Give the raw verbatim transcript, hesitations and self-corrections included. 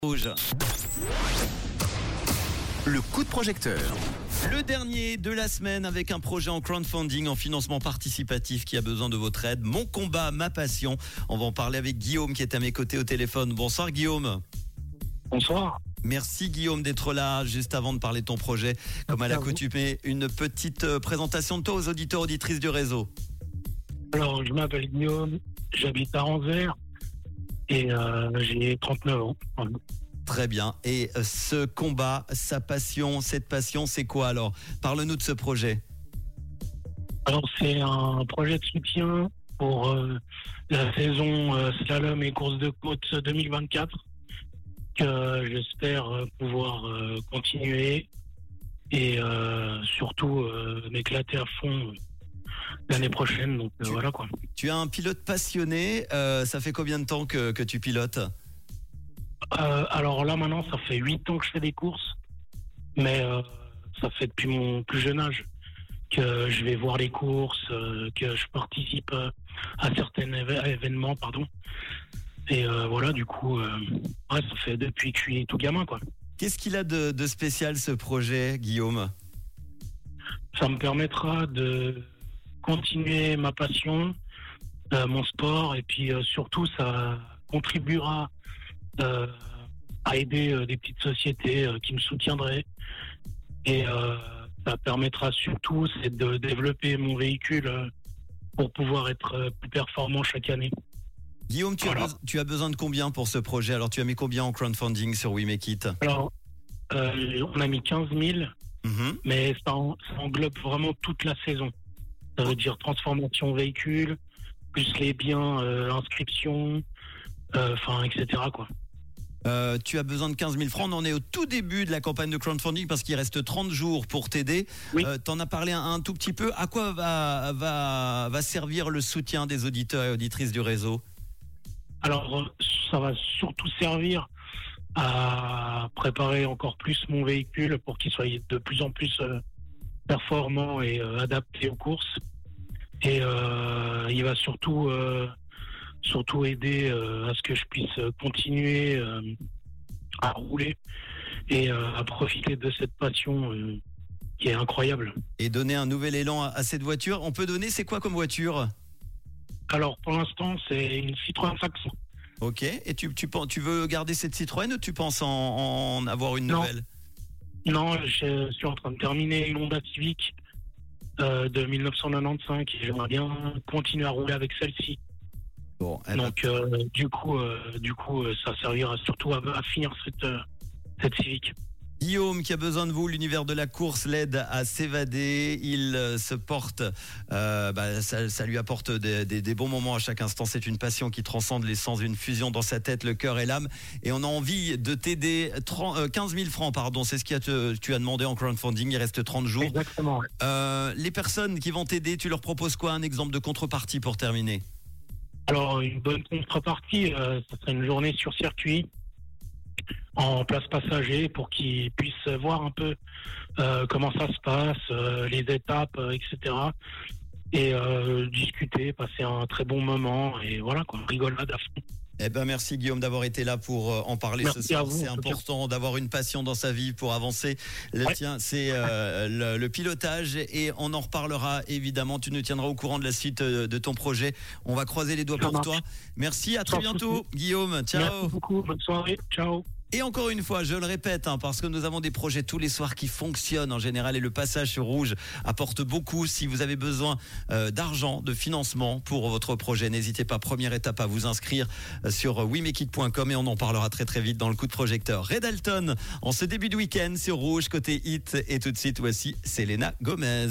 Rouge. Le coup de projecteur. Le dernier de la semaine avec un projet en crowdfunding, en financement participatif qui a besoin de votre aide. Mon combat, ma passion. On va en parler avec Guillaume qui est à mes côtés au téléphone. Bonsoir Guillaume. Bonsoir. Merci Guillaume d'être là. Juste avant de parler de ton projet, comme à l'accoutumée, une petite euh, présentation de toi aux auditeurs auditrices du réseau. Alors, je m'appelle Guillaume, j'habite à Anvers et euh, j'ai trente-neuf ans. Très bien. Et euh, ce combat, sa passion, cette passion, c'est quoi alors? Parle-nous de ce projet. Alors, c'est un projet de soutien pour euh, la saison euh, slalom et course de côte deux mille vingt-quatre que j'espère euh, pouvoir euh, continuer et euh, surtout euh, m'éclater à fond euh, l'année prochaine. Donc euh, tu, voilà quoi. Tu es un pilote passionné. Euh, ça fait combien de temps que, que tu pilotes? Euh, alors là maintenant, ça fait huit ans que je fais des courses, mais euh, ça fait depuis mon plus jeune âge que je vais voir les courses, euh, que je participe euh, à certains éve- événements, pardon. Et euh, voilà, du coup, euh, ouais, ça fait depuis que je suis tout gamin, quoi. Qu'est-ce qu'il a de, de spécial ce projet, Guillaume? Ça me permettra de continuer ma passion, euh, mon sport, et puis euh, surtout, ça contribuera euh, à aider euh, des petites sociétés euh, qui me soutiendraient. Et euh, ça permettra surtout c'est de développer mon véhicule euh, pour pouvoir être euh, plus performant chaque année. Guillaume, tu, Voilà. as, tu as besoin de combien pour ce projet? Alors, tu as mis combien en crowdfunding sur We Make It? Alors, euh, on a mis quinze mille, Mhm. mais ça, en- ça englobe vraiment toute la saison. Ça veut dire transformation véhicule, plus les biens, euh, inscription, euh, enfin, et cetera, quoi. Euh, tu as besoin de quinze mille francs. On en est au tout début de la campagne de crowdfunding parce qu'il reste trente jours pour t'aider. Oui. Euh, T'en as parlé un, un tout petit peu. À quoi va, va, va servir le soutien des auditeurs et auditrices du réseau? Alors, euh, ça va surtout servir à préparer encore plus mon véhicule pour qu'il soit de plus en plus euh, performant et euh, adapté aux courses. Et euh, il va surtout, euh, surtout aider euh, à ce que je puisse continuer euh, à rouler et euh, à profiter de cette passion euh, qui est incroyable. Et donner un nouvel élan à, à cette voiture. On peut donner, c'est quoi comme voiture? Alors, pour l'instant, c'est une Citroën Saxo. Ok. Et tu, tu, pen- tu veux garder cette Citroën ou tu penses en, en avoir une Non. nouvelle? Non, je suis en train de terminer une Honda Civic euh, de mille neuf cent quatre-vingt-quinze et j'aimerais bien continuer à rouler avec celle-ci. Bon, eh ben, Donc, euh, du coup, euh, du coup, euh, ça servira surtout à, à finir cette, euh, cette Civic. Guillaume qui a besoin de vous, l'univers de la course l'aide à s'évader, il euh, se porte, euh, bah, ça, ça lui apporte des, des, des bons moments à chaque instant, c'est une passion qui transcende les sens, une fusion dans sa tête, le cœur et l'âme, et on a envie de t'aider. trente, euh, quinze mille francs, pardon, c'est ce que te, tu as demandé en crowdfunding, il reste trente jours. Exactement. Ouais. Euh, les personnes qui vont t'aider, tu leur proposes quoi? Un exemple de contrepartie pour terminer? Alors, une bonne contrepartie, euh, ça serait une journée sur circuit en place passager pour qu'ils puissent voir un peu euh, comment ça se passe, euh, les étapes, euh, et cetera. Et euh, discuter, passer un très bon moment et voilà quoi, rigolade à fond. Eh ben merci Guillaume d'avoir été là pour euh, en parler Merci ce soir. à vous, C'est en tout important d'avoir une passion dans sa vie pour avancer. Le Ouais. tien, c'est euh, le, le pilotage et on en reparlera évidemment. Tu nous tiendras au courant de la suite euh, de ton projet. On va croiser les doigts Ça pour marche. toi. Merci, à très Sans bientôt Guillaume. Ciao. Merci beaucoup, bonne soirée, ciao. Et encore une fois, je le répète, hein, parce que nous avons des projets tous les soirs qui fonctionnent en général et le passage sur Rouge apporte beaucoup. Si vous avez besoin euh, d'argent, de financement pour votre projet, n'hésitez pas, première étape, à vous inscrire euh, sur we make it point com et on en parlera très très vite dans le coup de projecteur. Red Alton, en ce début de week-end sur Rouge, côté hit. Et tout de suite, voici Selena Gomez.